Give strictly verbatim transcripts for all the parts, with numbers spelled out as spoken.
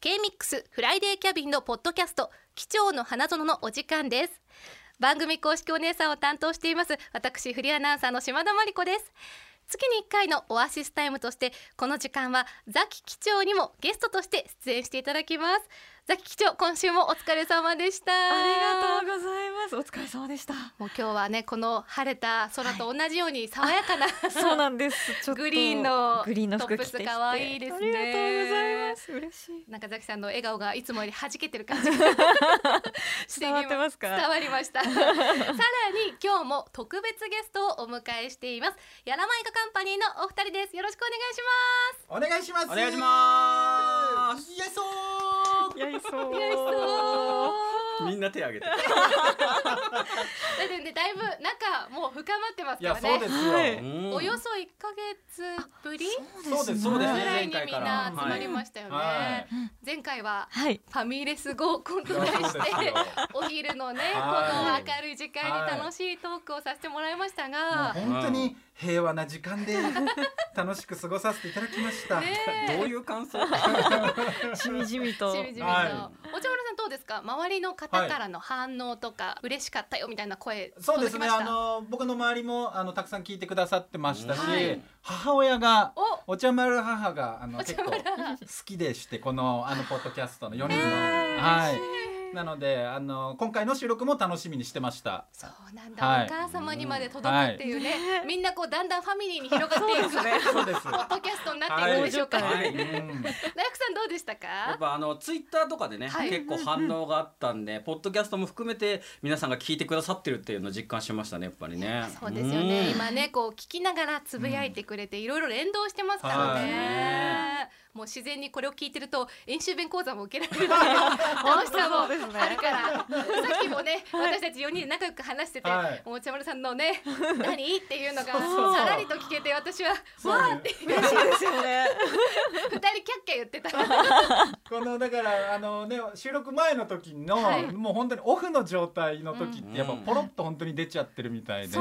K-ミックス フライデーキャビンのポッドキャスト機長の花園のお時間です。番組公式お姉さんを担当しています私フリーアナウンサーの島田真理子です。月にいっかいのオアシスタイムとしてこの時間はザキ機長にもゲストとして出演していただきます。ザキ機長、今週もお疲れ様でした。 ありがとうございます。お疲れ様でした。 もう今日はね、この晴れた空と同じように爽やかな、はい、 そうなんです。ちょっとグリーンのグリーンのトップス可愛いですね。 ありがとうございます。嬉しい。 なんかザキさんの笑顔がいつもより弾けてる感じ伝わってますか？ 伝わりましたさらに今日も特別ゲストをお迎えしています。ヤラマイカカンパニーのお二人です。よろしくお願いします。 お願いします。お願いします。 やいそうやいそうやいそうみんな手挙げてだってね、だいぶ仲もう深まってますからね。 いやそうですよ、はい、 およそいっかげつぶりそうですそうですね。 ぐらいにみんな集まりましたよね、はい、前回はファミレス合コンと題して、はい、お昼のね、はい、この明るい時間に楽しいトークをさせてもらいましたが、 はい、本当に平和な時間で楽しく過ごさせていただきました。どういう感想しみじみとしみじみと、はい、お茶村さんどうですか？周りの方からの反応とか、はい、嬉しかったよみたいな声そうですね、あの僕の周りもあのたくさん聞いてくださってましたし、はい、母親がお茶丸母があの結構好きでして、このあのポッドキャストのよにんの、はいなのであの今回の収録も楽しみにしてました。 そうなんだ、はい、お母様にまで届くっていうね、はい、みんなこうだんだんファミリーに広がっていくそうです、ね、 ポッドキャストになっていくでしょうか。 はいはい、 大工さんどうでしたか？ やっぱあのツイッターとかでね、はい、結構反応があったんで、ポッドキャストも含めて皆さんが聞いてくださってるっていうのを実感しましたね、やっぱりね。 そうですよね、今ねこう聞きながらつぶやいてくれていろいろ連動してますからね、もう自然にこれを聞いてると演習弁講座も受けられるっていう楽しさもあるから、さっきもね、はい、私たちよにんで仲良く話してて、はい、お茶丸さんのね何っていうのがさらりと聞けて、私はわーって嬉しいですよねふたりキャッキャ言ってたこのだからあの、ね、収録前の時の、はい、もう本当にオフの状態の時ってやっぱポロッと本当に出ちゃってるみたいで、うん、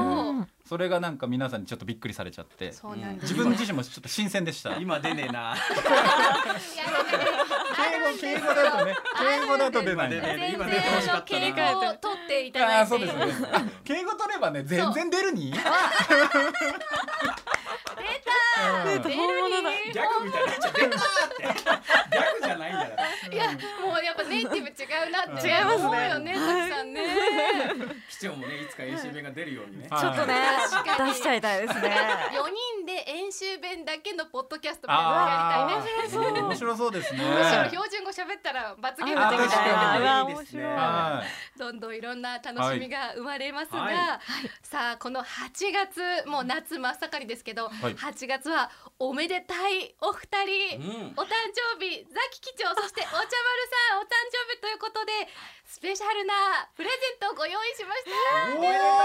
それがなんか皆さんにちょっとびっくりされちゃって、 そうなんです、 自分自身もちょっと新鮮でした。 今出ねえな敬語敬語だとね、敬語だと出ない。 全然の敬語を取っていただいて、 そうですね。敬語取ればね、全然出るに。出た。 出た。本物だ。 ギャグみたいになっちゃって。ギャグじゃないんだから。 いや、もうやっぱネイティブ違うなって思うよね、たくさんね。 機長もね、いつか演習弁が出るようにね。 ちょっとね、出しちゃいたいですね。 よにんで演習弁だけのポッドキャストみたいなのやりたいね。 面白そうですね。 むしろ標準語喋ったら罰ゲーム的な、 いいですね。 どんどんいろんな楽しみが生まれますが、さあこのはちがつ、もう夏真っ盛りですけど、はちがつはおめでたいお二人、お誕生日ザキ機長、そしてお茶丸さんお誕生日ということで、スペシャルなプレゼントをご用意しました。 おめでとう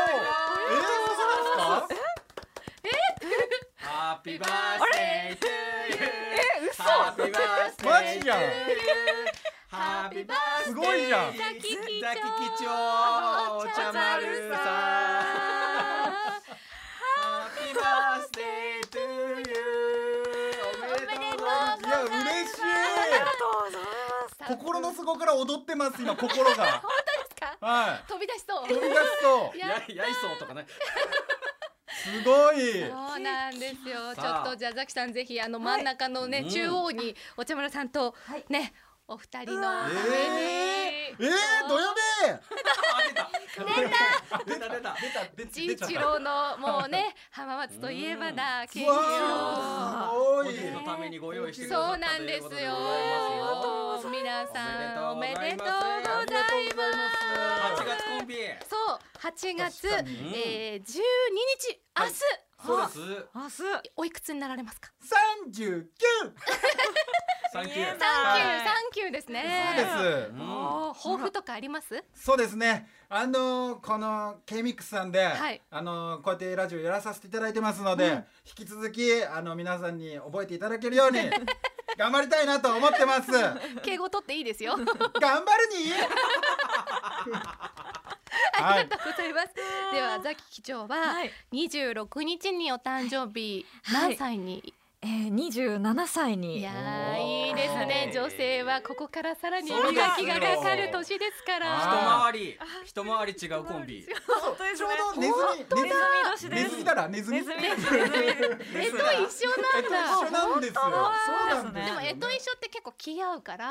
ございます。 えハッピーバースデートゥーユー。 え、嘘。 ハッピーバースデーマジじゃん。 ハッピーバースデー。 すごいじゃん。 ザキ機長、 ザキ機長、お茶丸さん。ハッピーバースデートゥーユー。おめでとうございます。 いや嬉しい。 ありがとうございます。 心の底から踊ってます今、心が。 本当ですか？ はい。 飛び出しそう。 飛び出しそう。 や、やいそうとかね。 すごい。 そうなんですよ。ちょっとじゃあザキさん、ぜひあの真ん中のね、はい、中央にお茶村さんとね、はい、お二人のために。 えー、えー、どよめ。 出た出た出た。ジンチローのもうね、浜松といえばだ研究を。 本日のためにご用意してくださったということでございますよ。 皆さんおめでとうございます。 はちがつコンビ。 そう、はちがつ、えー、じゅうににち、明日。 そうです。 明日。 おいくつになられますか？ さんじゅうきゅう。 サンキュー。 サンキュー、サンキューですね。 そうです。 抱負とかあります？ そうですね。あのこの K ミックスさんで、 はい、 あのこうやってラジオやらさせていただいてますので、うん、引き続きあの皆さんに覚えていただけるように頑張りたいなと思ってます。 敬語取っていいですよ。 頑張るに。 ありがとうございます。はい、ではザキ機長はにじゅうろくにちにお誕生日、はい、何歳に？ えー、にじゅうななさいに。 いやーいいですね。女性はここからさらに磨きがかかる年ですから。 一回り一回り違うコンビ。 本当ですね。 ちょうどネズミネズミ年です。 ネズミだらネズミ。 ネズミ。 えと一緒なんだ。 一緒なんですよ。 そうですね。 でもえと一緒って結構気合うから、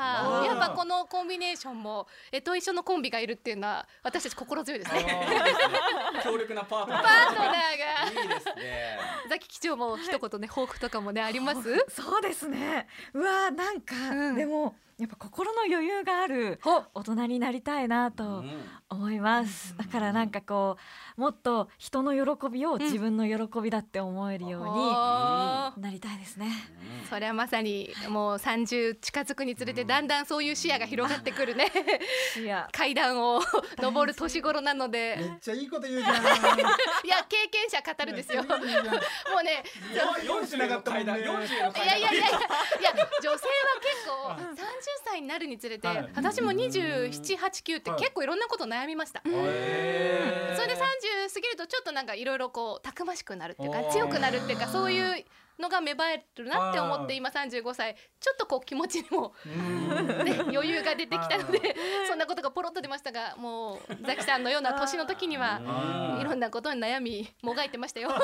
やっぱこのコンビネーションもえと一緒のコンビがいるっていうのは私たち心強いですね。 強力なパートナー。 パートナーが。 いいですね。 ザキ機長も一言ね抱負とかもねあります？ そうですね。うわーなんか、うん、でもやっぱ心の余裕がある大人になりたいなと思います、うん、だからなんかこうもっと人の喜びを自分の喜びだって思えるようになりたいですね、 うん、それはまさにもうさんじゅう近づくにつれてだんだんそういう視野が広がってくるね、うん、階段を上る年頃なのでめっちゃいいこと言うじゃんいや経験者語るですよもうねよんじゅうの階段よんじゅうの階段いやいやいやいや女性は結構さんじゅっさいになるにつれて、はい、私もにじゅうなな、はち、きゅうって結構いろんなこと悩みました、はい、それでさんじゅう過ぎるとちょっとなんかいろいろこうたくましくなるっていうか強くなるっていうかそういうのが芽生えるなって思って今さんじゅうごさいちょっとこう気持ちにも、ね、余裕が出てきたのでそんなことがポロッと出ましたがもうザキさんのような年の時にはいろんなことに悩みもがいてましたよ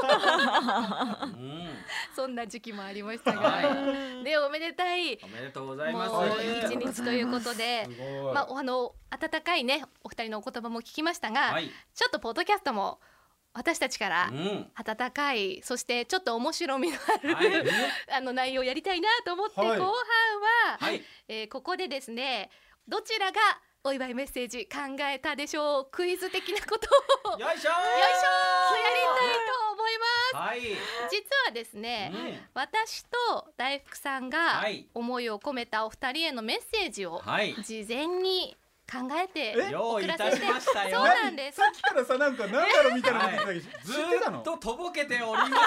そんな時期もありましたが、はい、でおめでたいおめでとうございます一日ということで、まあ、あの温かいねお二人のお言葉も聞きましたが、はい、ちょっとポッドキャストも私たちから温かい、うん、そしてちょっと面白みのある、はい、あの内容をやりたいなと思って、はい、後半は、はい、えー、ここでですねどちらがお祝いメッセージ考えたでしょうクイズ的なことをよいしょーよいしょーやりたいと思います、 はい、 実はですね、うん、私と大福さんが思いを込めたお二人へのメッセージを事前に考えて用意いたしましたよ。 そうなんです。 さっきからさなんかなんだろうみたいなこと言ってたけど、 ずっととぼけておりました。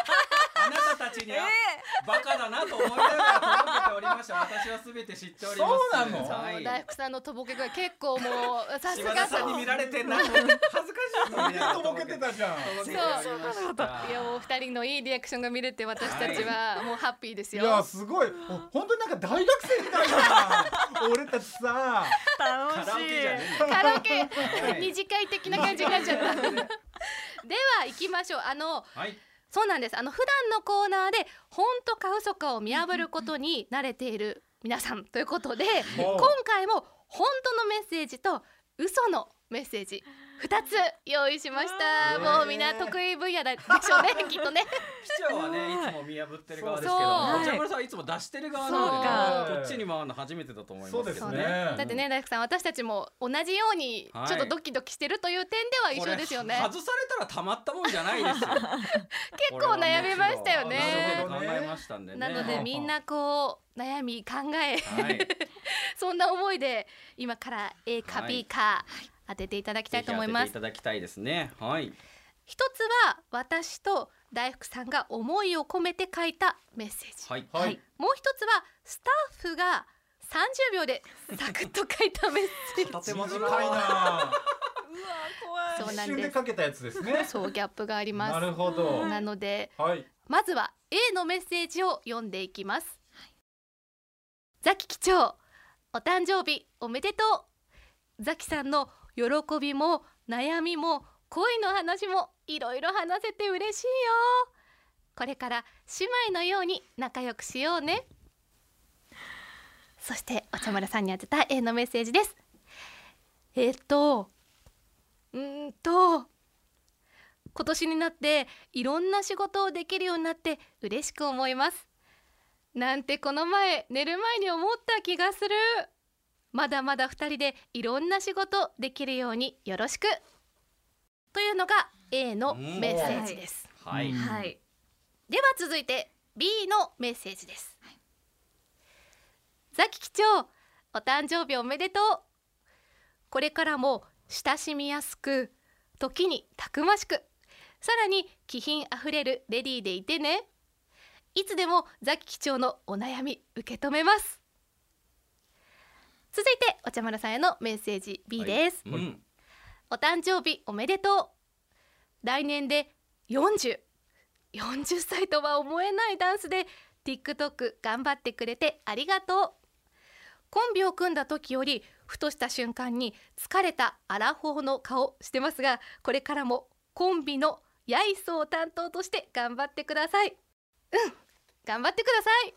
あなたたちにはバカだなと思いながらとぼけておりました。私はすべて知っております。 そうなの。 はい、大福さんのとぼけが結構もうさすが柴田さんに見られてんな。恥ずかしい。 とぼけてたじゃん。 そう。いやもう二人のいいリアクションが見れて私たちはもうハッピーですよ。 いやすごい。本当になんか大学生みたいな。俺たちさ。 楽しいカラオケ二次会的な感じになっちゃったでは行きましょうあの、はい、そうなんですあの普段のコーナーで本当か嘘かを見破ることに慣れている皆さんということで今回も本当のメッセージと嘘のメッセージふたつ用意しましたもうみんな得意分野でしょうねきっとね市長はねいつも見破ってる側ですけどお茶丸さんはいつも出してる側なのでこっちに回るの初めてだと思いますけどねだってね大福さん私たちも同じようにちょっとドキドキしてるという点では一緒ですよね外されたらたまったもんじゃないですよ結構悩みましたよね考えましたんでねなのでみんなこう悩み考えそんな思いで今から A か B か当てていただきたいと思います。 当てていただきたいですね。はい。 一つは私と大福さんが思いを込めて書いたメッセージ。 はい。 はい、もう一つはスタッフがさんじゅうびょうでサクッと書いたメッセージ。 とても短いな。 うわ怖い。そうなんです。 一瞬で書けたやつですね。 そうギャップがあります。 なるほど。 なので、 はい、 まずは A のメッセージを読んでいきます。はい、ザキ機長、お誕生日おめでとう。ザキさんの喜びも悩みも恋の話もいろいろ話せて嬉しいよ。これから姉妹のように仲良くしようね。そしてお茶丸さんに当てた A のメッセージです。えっとうんと今年になっていろんな仕事をできるようになって嬉しく思います。なんてこの前寝る前に思った気がする。まだまだふたりでいろんな仕事できるようによろしくというのが A のメッセージです、 はい、 はい、では続いて B のメッセージです、はい、ザキ機長お誕生日おめでとう。これからも親しみやすく時にたくましくさらに気品あふれるレディーでいてね。いつでもザキ機長のお悩み受け止めます。続いてお茶丸さんへのメッセージ B です、はいうん、お誕生日おめでとう。来年でよんじゅう、よんじゅっさいとは思えないダンスで TikTok 頑張ってくれてありがとう。コンビを組んだ時よりふとした瞬間に疲れたアラフォーの顔してますが、これからもコンビのヤイソー担当として頑張ってください。うん頑張ってください。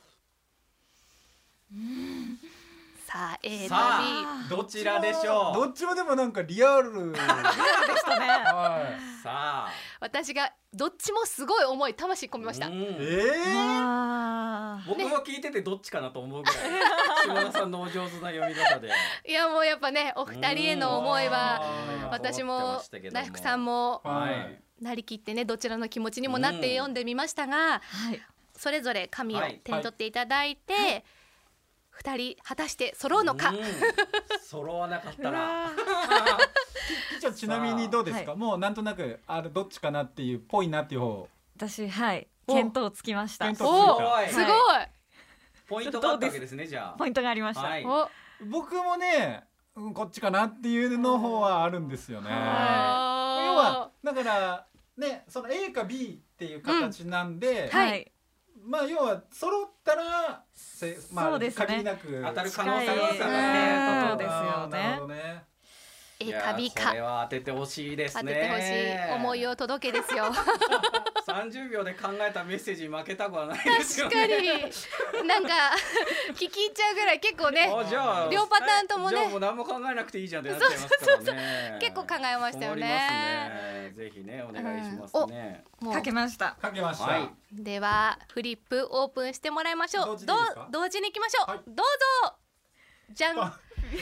さあ A と B さあどちらでしょう。 どっちもでもなんかリアルでしたね。 はいさあ私がどっちもすごい思い魂込めました。 うんえーあー僕も聞いててどっちかなと思うぐらい島田さんのお上手な読み方でいやもうやっぱねお二人への思いはうん私も大福さんもはいなりきってねどちらの気持ちにもなって読んでみましたが、 はいそれぞれ紙をはい手に取っていただいて、二人果たして揃うのか、 うん揃わなかったらじゃあちなみにどうですか、 はもうなんとなくあれどっちかなっていうぽいなっていう方私はいお見当つきました。 見当ついおたいすごい、 ポイントがあったわけですねじゃあポイントがありました。 はいお僕もね、うん、こっちかなっていうの方はあるんですよね。要あはだからねその A か B っていう形なんで、 はいはい。 まあ要は揃ったらせまあそうですね限りなく当たる可近いっていう能性はことですよあーなるねほ。どね。 A か B かいやこれは当ててほしいですね当ててほしい思いを届けですよさんじゅうびょうで考えたメッセージに負けたくはないですよ確かねになんか聞き入っちゃうぐらい結構ねあじゃあ両パターンともねじゃあもう何も考えなくていいじゃんってなっちゃいますからね結構考えましたよね困りますねぜひねお願いしますね、 もうかけました。 かけました。 はいではフリップオープンしてもらいましょう。 同時でいいですかど同時に行きましょう、 はいどうぞじゃん。お茶あ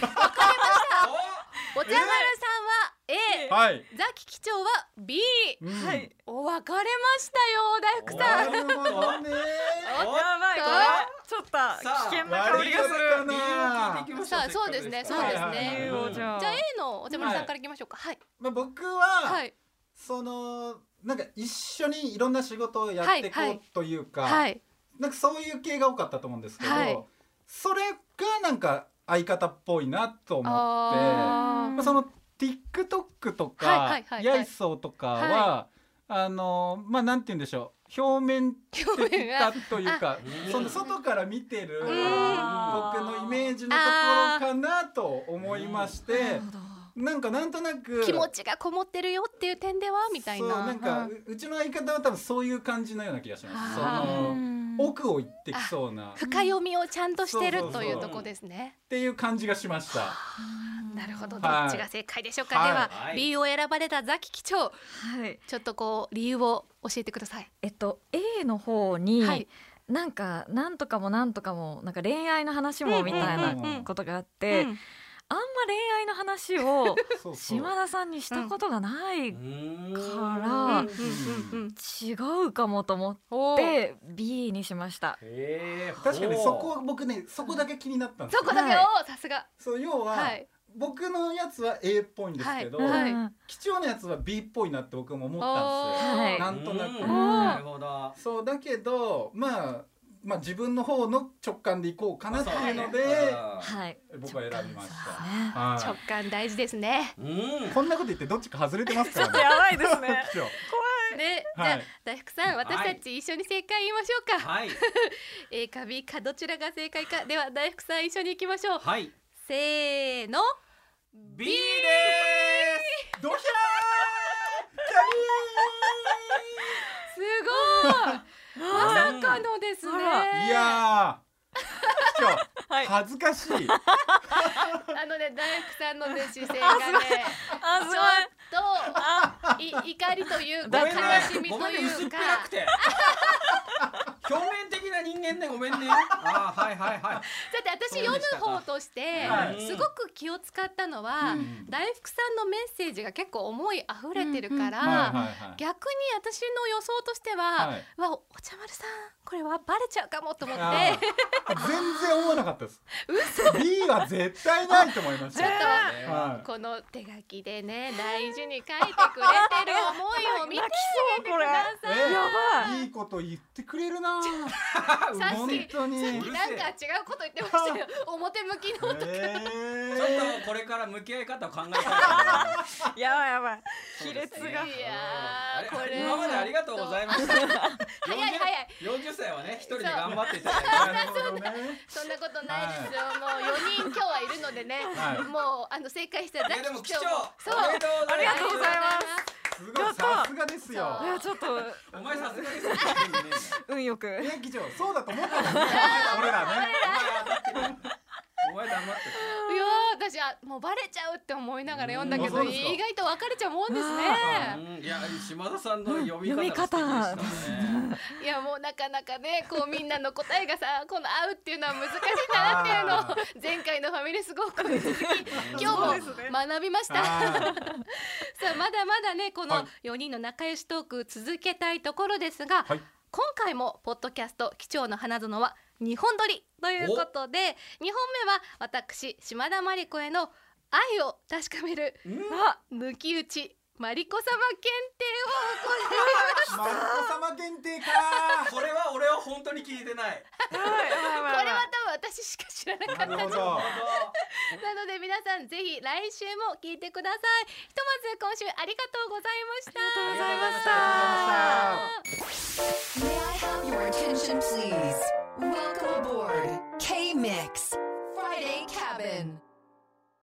丸さんは A、 はい。 ザキ機長は B。 うんはい。 お分かれましたよ大福さん。 なるほどね。 おやばいこれちょっとさあ危険な香りがする。 悪いかな理由を聞いていきましょうさあそうですねせっかくそうですはいはいはいね。 理由をじゃあじゃあ A のお茶丸さんからいきましょうか。はいまあ僕は、 はいそのなんか一緒にいろんな仕事をやっていこはいはいうというか、 はいなんかそういう系が多かったと思うんですけど、 はいそれがなんか相方っぽいなと思って、 あまあ、その TikTok とか、 はいはいはいはいヤイソーとかは、 はあのまあなんて言うんでしょう表面的表面がだというかうんその外から見てる僕うんのイメージのところかなと思いましてなるほど。 なんかなんとなく気持ちがこもってるよっていう点ではみたいな。 そうなんか、 うううちの相方は多分そういう感じのような気がします。そあーのうん奥を行ってきそうなっ深読みをちゃんとしてるそうそうそうというとこですね。 ていう感じがしました。 なるほど、どはいっちが正解でしょうか。 はいでは、 はい B を選ばれたザキ機長、 はい。 ちょっとこう理由を教えてください。 えっと A の方に、 はいなんかなんとかもなんとかもなんか恋愛の話もみたいうんうんうんうなんことがあって、 うんあんま恋愛の話をそうそう島田さんにしたことがない、 うーんからうんうんうん違うかもと思っおーて B にしました。 へー確かにそこ僕ねそこだけ気になったんですよ。 そこだけをはさすが。 そう要は、 はい僕のやつは A っぽいんですけど、 はいはいうん貴重なやつは B っぽいなって僕も思ったんですよ。 はいなんとなく。 うんなるほどそうだけどまあまあ自分の方の直感でいこうかなっていうので、 はい。 僕は選びました。 直感ねはい直感大事ですね。 うんこんなこと言ってどっちか外れてますからね。 やばいですね。 貴重で、じはいゃあ大福さん、私たち一緒に正解言いましょうか。 はい A か B かどちらが正解か。では大福さん一緒に行きましょう。 はいせーの。 B ですドヒャーすごい。まさかのですね。 いやー貴重はい恥ずかしい。 あのね大福さんのね姿勢がねあちょっとい怒りというかごめんね悲しみとごめんね薄いうかっぺらくて表面的な人間でごめんねあーはいはいはいだって私読む方としてはいすごく気を使ったのは、 うん大福さんのメッセージが結構思い溢れてるから、 はいはいはい。 逆に私の予想としては、 はいわお茶丸さんこれはバレちゃうかもと思ってあー全然思わなかったです。B は絶対ないと思いました。 ちょっとはこの手書きでね大事に書いてくれてる思いを見てあげてください。 い。 やばいいいこと言ってくれるな。 さっ本き当に。 なんか違うこと言ってましたよ表向きのとか、 えーょっとこれから向き合い方を考えたいと思います。 やばいやばい。 そう亀裂が。 ですねいやーこれ今までありがとうございました。 早い早いよんじゅっさいはね、一人で頑張っていただいて。 なるほどね。 そんなことないですよ、もうよにん今日はいるのでね、 はいもうあの正解したらいやでも貴重。 そうおめでとうございます。 ありがとうございます。 すごい、さすがですよ。 いやちょっとお前さすがですね。 運よく。 ね、議長、そうだと思ったもんね。俺らね。 お前黙っていやー私はもうバレちゃうって思いながら読んだけど、 うんそうですか意外と分かれちゃうもんですた。 ね。 うんいや島田さんの読み読み方方が素敵でしたね。 いやもうなかなかねこうみんなの答えがさこの合うっていうのは難しいんだなっていうのを前回のファミレス合コンに続き今日も学びました。 はいさあまだまだねこはのよにんの仲良しトーク続けたいところですが、 はい今回もポッドキャスト貴重の花園はにほん撮りということでにほんめは私島田真理子への愛を確かめるあ、 抜き打ちマリコ様検定を行います。 マリコ様限定か。 これは俺は本当に聞いてない。 やばいやばいやばいこれは多分私しか知らなかったなるほど。 なので皆さんぜひ来週も聞いてください。ひとまず今週ありがとうございました。 ありがとうございました。 May I have your attention, please? Welcome aboard K-Mix Friday Cabin.